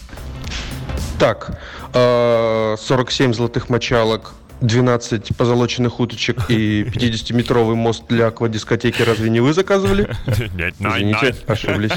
Так, сорок семь золотых мочалок, двенадцать позолоченных уточек и пятидесятиметровый мост для аквадискотеки разве не вы заказывали? Нет, извините, ошиблись.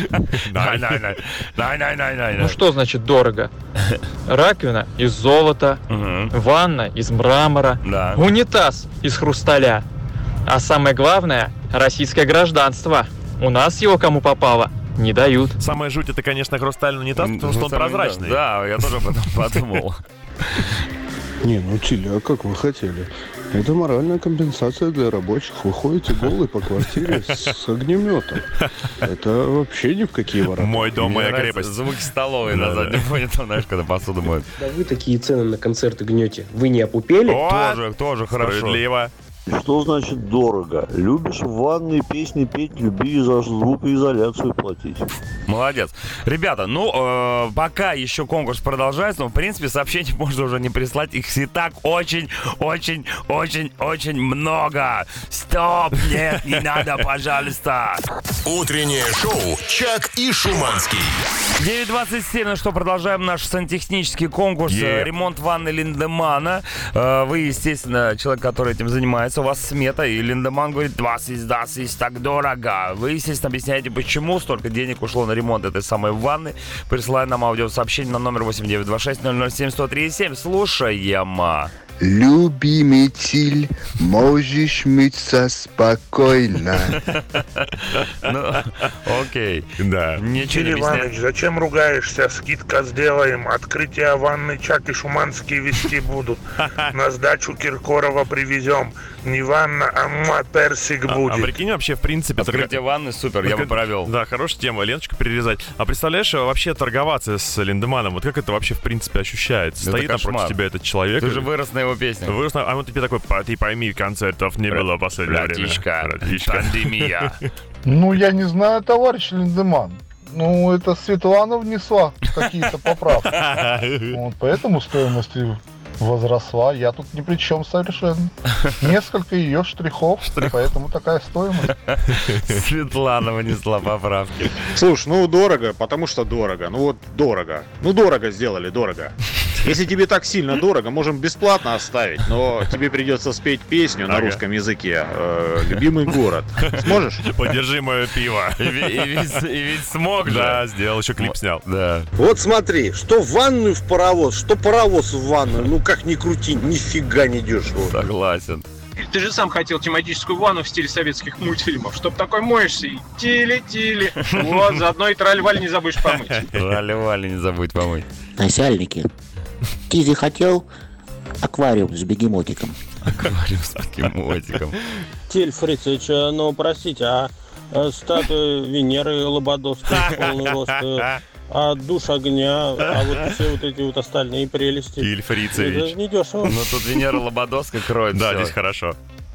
Ну что значит дорого? Раковина из золота, ванна из мрамора, унитаз из хрусталя. А самое главное — российское гражданство. У нас его кому попало не дают. Самая жуть — это, конечно, хрустальный унитаз, потому что он прозрачный. Да, я тоже об этом подумал. Не, ну Тиль, а как вы хотели? Это моральная компенсация для рабочих. Вы ходите голый по квартире с огнеметом. Это вообще ни в какие ворота. Мой дом, моя крепость. Звуки столовой на заднем фоне, там, знаешь, когда посуду моют. Да вы такие цены на концерты гнете. Вы не опупели? Тоже, тоже хорошо. Справедливо. Что значит дорого? Любишь в ванной песни петь, люби и за звукоизоляцию платить. Молодец. Ребята, ну, э, пока еще конкурс продолжается, но, в принципе, сообщений можно уже не прислать. Их и так очень, очень, очень, очень много. Стоп, нет, не надо, пожалуйста. Утреннее шоу «Чак и Шуманский». девять двадцать семь, ну что, продолжаем наш сантехнический конкурс. Yeah. Ремонт ванны Линдемана. Э, вы, естественно, человек, который этим занимается. У вас смета, и Линдеман говорит, das ist, das ist так дорого. Вы, естественно, объясняете, почему столько денег ушло на ремонт этой самой ванны. Присылая нам аудиосообщение на номер восемь девять два шесть ноль ноль семь сто тридцать семь. Слушаем. Любимый Тиль, можешь мыться спокойно. Ну, окей. Да. Ничего не Тиль Иванович, зачем ругаешься? Скидка сделаем. Открытие ванны Чак и Шуманский вести будут. На сдачу Киркорова привезем. Не ванна, а ма, персик будет. А, а прикинь, вообще, в принципе... Открытие ванны, супер, я бы провел. Да, хорошая тема, Леночку перерезать. А представляешь, вообще торговаться с Линдеманом, вот как это вообще, в принципе, ощущается? Это Стоит кошмар. напротив тебя этот человек. Ты же вырос на его песнях. Вырос на... А он тебе такой, ты пойми, концертов не было в последнее время. Братишка, пандемия. Ну, я не знаю, товарищ Линдеман. Ну, это Светлана внесла какие-то поправки. Вот, поэтому стоимость возросла. Я тут ни при чем совершенно. Несколько ее штрихов, поэтому такая стоимость. Светлана внесла поправки. Слушай, ну дорого, потому что дорого. Ну вот дорого. Ну дорого сделали, дорого. Если тебе так сильно дорого, можем бесплатно оставить, но тебе придется спеть песню на Ага. русском языке. э, «Любимый город». Сможешь? Подержи мое пиво. И ведь, и ведь- и ведь смог же. Да, сделал, еще клип снял. Да. Вот смотри, что в ванную в паровоз, что паровоз в ванную. Ну как ни крути, нифига не дешево. Согласен. Ты же сам хотел тематическую ванну в стиле советских мультфильмов, чтоб такой моешься и тили-тили. Вот, заодно и траль-валь не забудешь помыть. Вали-вали, не забудь помыть. Начальники, ты захотел аквариум с бегемотиком? Аквариум с бегемотиком. Тиль Фрицевич, ну простите, а э, статуя Венеры Лободовской в полный рост, э, а душ огня, а вот все вот эти вот остальные прелести. Тиль Фрицевич. Это же недешево. Ну тут Венера Лободовская кроет. Да, всё. здесь хорошо.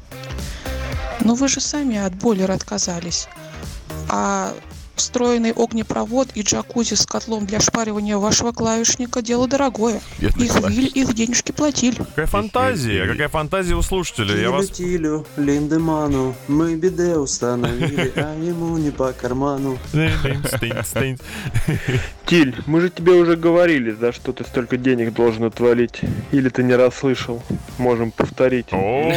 Но вы же сами от бойлера отказались. А встроенный огнепровод и джакузи с котлом для шпаривания вашего клавишника – дело дорогое. Бедный Их клавиш. вили, их денежки платили. Какая фантазия, какая фантазия у слушателей. Я вас... Тилю, Линдеману, мы беде установили, а ему не по карману. Тиль, мы же тебе уже говорили, за что ты столько денег должен отвалить. Или ты не расслышал? Можем повторить.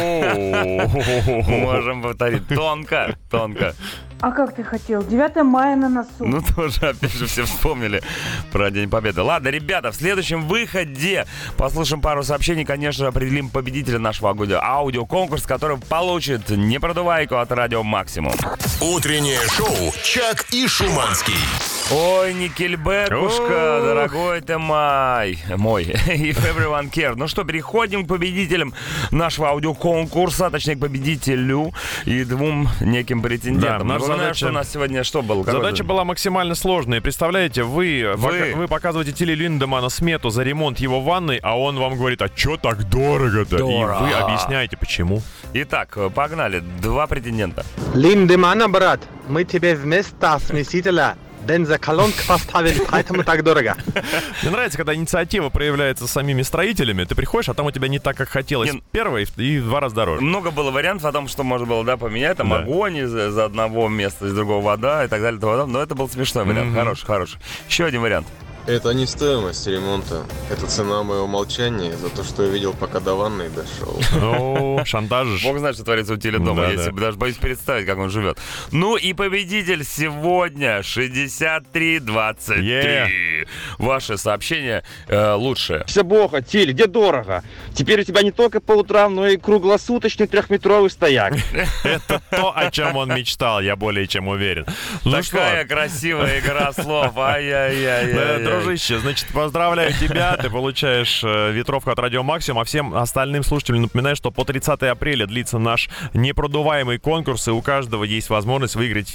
Можем повторить. Тонко, тонко. А как ты хотел? девятое мая на носу. Ну тоже, опять же, все вспомнили про День Победы. Ладно, ребята, в следующем выходе послушаем пару сообщений. Конечно, определим победителя нашего аудио- аудиоконкурса, который получит непродувайку от Радио Максимум. Утреннее шоу «Чак и Шуманский». Ой, Никельбекушка, дорогой ты май, мой, if everyone care. Ну что, переходим к победителям нашего аудиоконкурса, точнее, к победителю и двум неким претендентам. Да, наша Напоминаю, задача- что у нас сегодня что было? Какой Задача же? была максимально сложная. Представляете, вы, Вы. пока- вы показываете Тиле Линдеману смету за ремонт его ванной, а он вам говорит, а чё так дорого-то? Дорого. И вы объясняете, почему. Итак, погнали. Два претендента. Линдемана, брат, мы тебе вместо смесителя бензоколонку поставили, поэтому так дорого. Мне нравится, когда инициатива проявляется самими строителями. Ты приходишь, а там у тебя не так, как хотелось. Не- Первый и в два раза дороже. Много было вариантов о том, что можно было, да, поменять, там, Да. огонь из, из одного места, из другого вода и так далее, и тому подобное. Но это был смешной вариант. Мгм. Хороший, хороший. Еще один вариант. Это не стоимость ремонта. Это цена моего молчания за то, что я видел, пока до ванной дошел. О, шантаж. Бог знает, что творится у Тиля дома. Да, Я да. себе даже боюсь представить, как он живет. Ну и победитель сегодня шестьдесят три двадцать три. Yeah. Ваше сообщение э, лучшее. Все бога, Тиль, где дорого? Теперь у тебя не только по утрам, но и круглосуточный трехметровый стояк. Это то, о чем он мечтал, я более чем уверен. Ну Такая что? красивая игра слов. Да, Ай-яй-яй. дружище, значит, поздравляю тебя, ты получаешь э, ветровку от Радио Максимум, а всем остальным слушателям напоминаю, что по тридцатое апреля длится наш непродуваемый конкурс, и у каждого есть возможность выиграть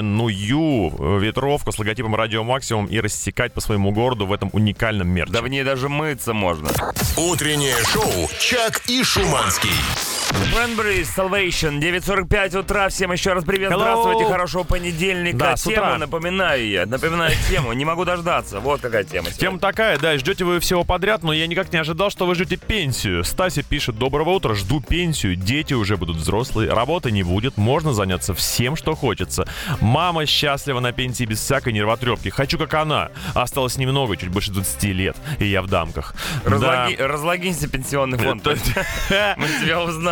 фирменную ветровку с логотипом Радио Максимум и рассекать по своему городу в этом уникальном мерче. Да в ней даже мыться можно. Утреннее шоу «Чак и Шуманский». Cranberries Salvation, девять сорок пять утра. Всем еще раз привет. Hello. Здравствуйте, хорошего понедельника. Да, с Тему утра. напоминаю я. Напоминаю тему. Не могу дождаться. Вот какая тема. Тема такая, да, ждете вы всего подряд, но я никак не ожидал, что вы ждете пенсию. Стася пишет: доброго утра, жду пенсию, дети уже будут взрослые, работы не будет, можно заняться всем, что хочется. Мама счастлива на пенсии без всякой нервотрепки. Хочу, как она. Осталось немного, чуть больше двадцати лет, и я в дамках. Разлоги... Разлогинься, пенсионный фонд. Мы тебя узнали.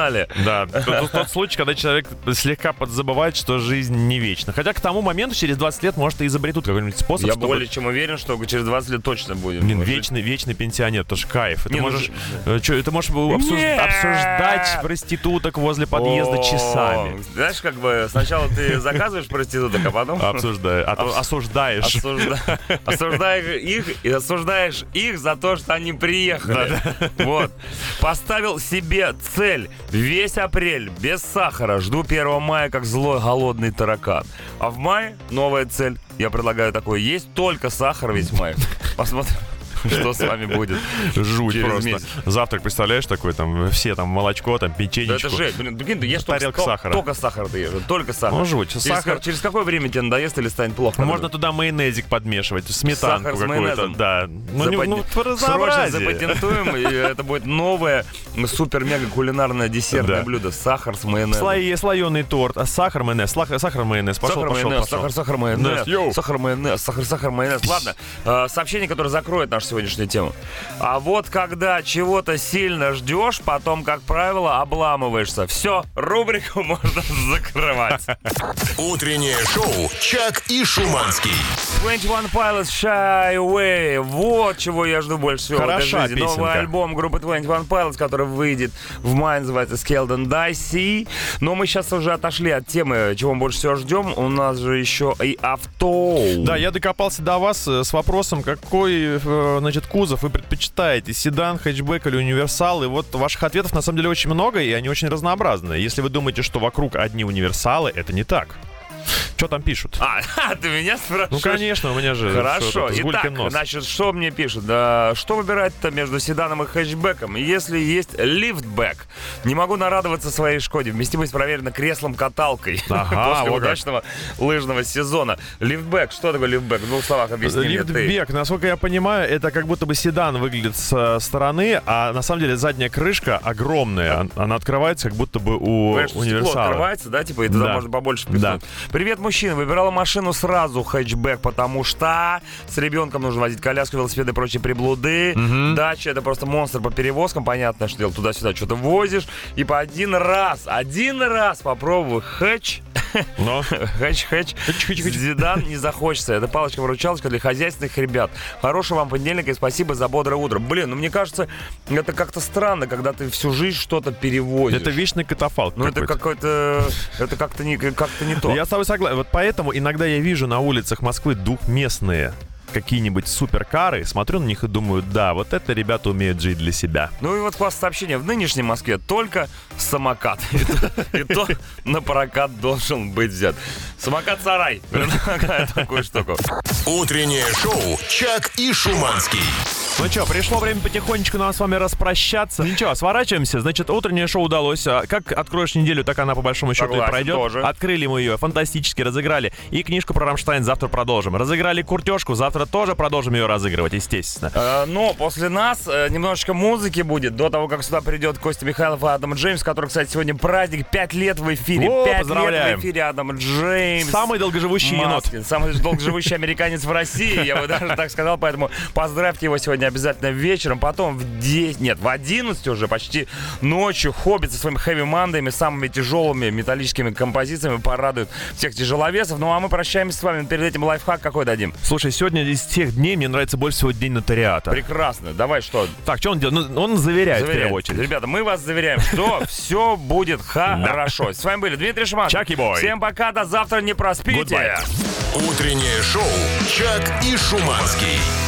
знали. Да, тот, тот случай, когда человек слегка подзабывает, что жизнь не вечна. Хотя к тому моменту, через двадцать лет, может, и изобретут какой-нибудь способ, Я чтобы... более чем уверен, что через двадцать лет точно будем. Блин, вечный, вечный пенсионер, это ж кайф. Ты Не, можешь, ну, чё, ты можешь обсуж... Нет! обсуждать проституток возле подъезда О, часами. Знаешь, как бы сначала ты заказываешь проституток, а потом... Обсуждай, а то осуждаешь. Осужда... Осуждаешь их и осуждаешь их за то, что они приехали. Вот. Поставил себе цель. Весь апрель без сахара. Жду первого мая, как злой голодный таракан. А в мае новая цель. Я предлагаю такое. Есть только сахар весь май. Посмотрим, что с вами будет. Жуть через просто. месяц. Завтрак, представляешь, такой там, все там молочко, там Да печенечку. это жесть. Блин, прикинь, ты ешь Тарелка только, сахара. только сахар ты ешь. Только сахар. Ну, жуть. Через, Сахар. через какое время тебе надоест или станет плохо? Можно туда майонезик подмешивать, сметанку Сахар с какую-то. майонезом. Да. Ну, не- Запат- ну, Срочно разнообразие. запатентуем, и это будет новое супер-мега кулинарное десертное Да. блюдо. Сахар с майонезом. Слои, слоеный торт, а сахар, майонез, сахар, сахар, майонез. Пошел, Сахар, пошел, майонез, пошел. сахар, сахар, майонез, Йоу. сахар, майонез, сахар, сахар, майонез. Ладно, э, сообщение, которое закроет нашу сегодняшнюю тему. А вот когда чего-то сильно ждешь, потом, как правило, обламываешься. Все, рубрику можно закрывать. Утреннее шоу «Чак и Шуманский». двадцать один Pilots Shy Away. Вот чего я жду больше всего в этой Хороша жизни. Новый песенка. альбом группы двадцать один Pilots, который выйдет в мае, называется Scaled and Dicey. Но мы сейчас уже отошли от темы, чего мы больше всего ждем. У нас же еще и авто. Да, я докопался до вас э, с вопросом, какой, э, значит, кузов вы предпочитаете, седан, хэтчбэк или универсал. И вот ваших ответов на самом деле очень много, и они очень разнообразные. Если вы думаете, что вокруг одни универсалы, это не так. Что там пишут? А, ты меня спрашиваешь? Ну, конечно, у меня же Хорошо. что-то с Итак, гулькин нос. значит, что мне пишут? Да, что выбирать-то между седаном и хэтчбеком? Если есть лифтбэк, не могу нарадоваться своей Шкоде. Вместимость проверена креслом-каталкой Ага, после вот как. удачного лыжного сезона. Лифтбэк. Что такое лифтбэк? В двух словах объясни мне ты. Лифтбэк, насколько я понимаю, это как будто бы седан выглядит со стороны, а на самом деле задняя крышка огромная. Он- Она открывается как будто бы у Понимаешь, что стекло универсала. открывается, да, типа, и туда Да. можно побольше впихнуть. Да. Привет, мужчина. Выбирала машину сразу хэтчбэк, потому что с ребенком нужно возить коляску, велосипеды и прочие приблуды. Мгм. Дача — это просто монстр по перевозкам. Понятно, что дело, туда-сюда что-то возишь. И по один раз, один раз попробуй хэтч. Но. Хэч, хэч. Седан не захочется. Это палочка-выручалочка для хозяйственных ребят. Хорошего вам понедельника и спасибо за бодрое утро. Блин, ну мне кажется, это как-то странно, когда ты всю жизнь что-то перевозишь. Это вечный катафалк Ну это какой-то. какой-то... Это как-то не, как-то не то. Я с тобой согласен. Вот поэтому иногда я вижу на улицах Москвы двухместные какие-нибудь суперкары, смотрю на них и думаю, да, вот это ребята умеют жить для себя. Ну и вот класс сообщения. В нынешней Москве только самокат. И то, и то на прокат должен быть взят. Самокат-сарай. Предлагаю такую штуку. Утреннее шоу «Чак и Шуманский». Ну что, пришло время потихонечку нам с вами распрощаться. Ничего, сворачиваемся. Значит, утреннее шоу удалось. А Как откроешь неделю, так она по большому счету и Согласен, пройдет. тоже. Открыли мы ее, фантастически разыграли. И книжку про Рамштайн завтра продолжим. Разыграли куртежку, завтра тоже продолжим ее разыгрывать, естественно. Э, Но после нас э, немножечко музыки будет. До того, как сюда придет Костя Михайлов и Адам Джеймс, который, кстати, сегодня праздник. Пять лет в эфире. О, Пять поздравляем. лет в эфире Адам Джеймс. Самый долгоживущий енот. Маскин. Самый долгоживущий американец в России. Я бы даже так сказал. Поэтому поздравьте его сегодня обязательно вечером. Потом в десять, нет, в одиннадцать уже почти ночью Хоббит со своими хэви-мандами, самыми тяжелыми металлическими композициями порадует всех тяжеловесов. Ну а мы прощаемся с вами. Перед этим лайфхак какой дадим? Слушай, сегодня из тех дней мне нравится больше всего день нотариата. Прекрасно. Давай что? Так, что он делает? Ну, он заверяет, в первую очередь. Ребята, мы вас заверяем, что все будет хорошо. С вами были Дмитрий Шуманский. Чак и Бой. Всем пока, до завтра, не проспите. Утреннее шоу «Чак и Шуманский».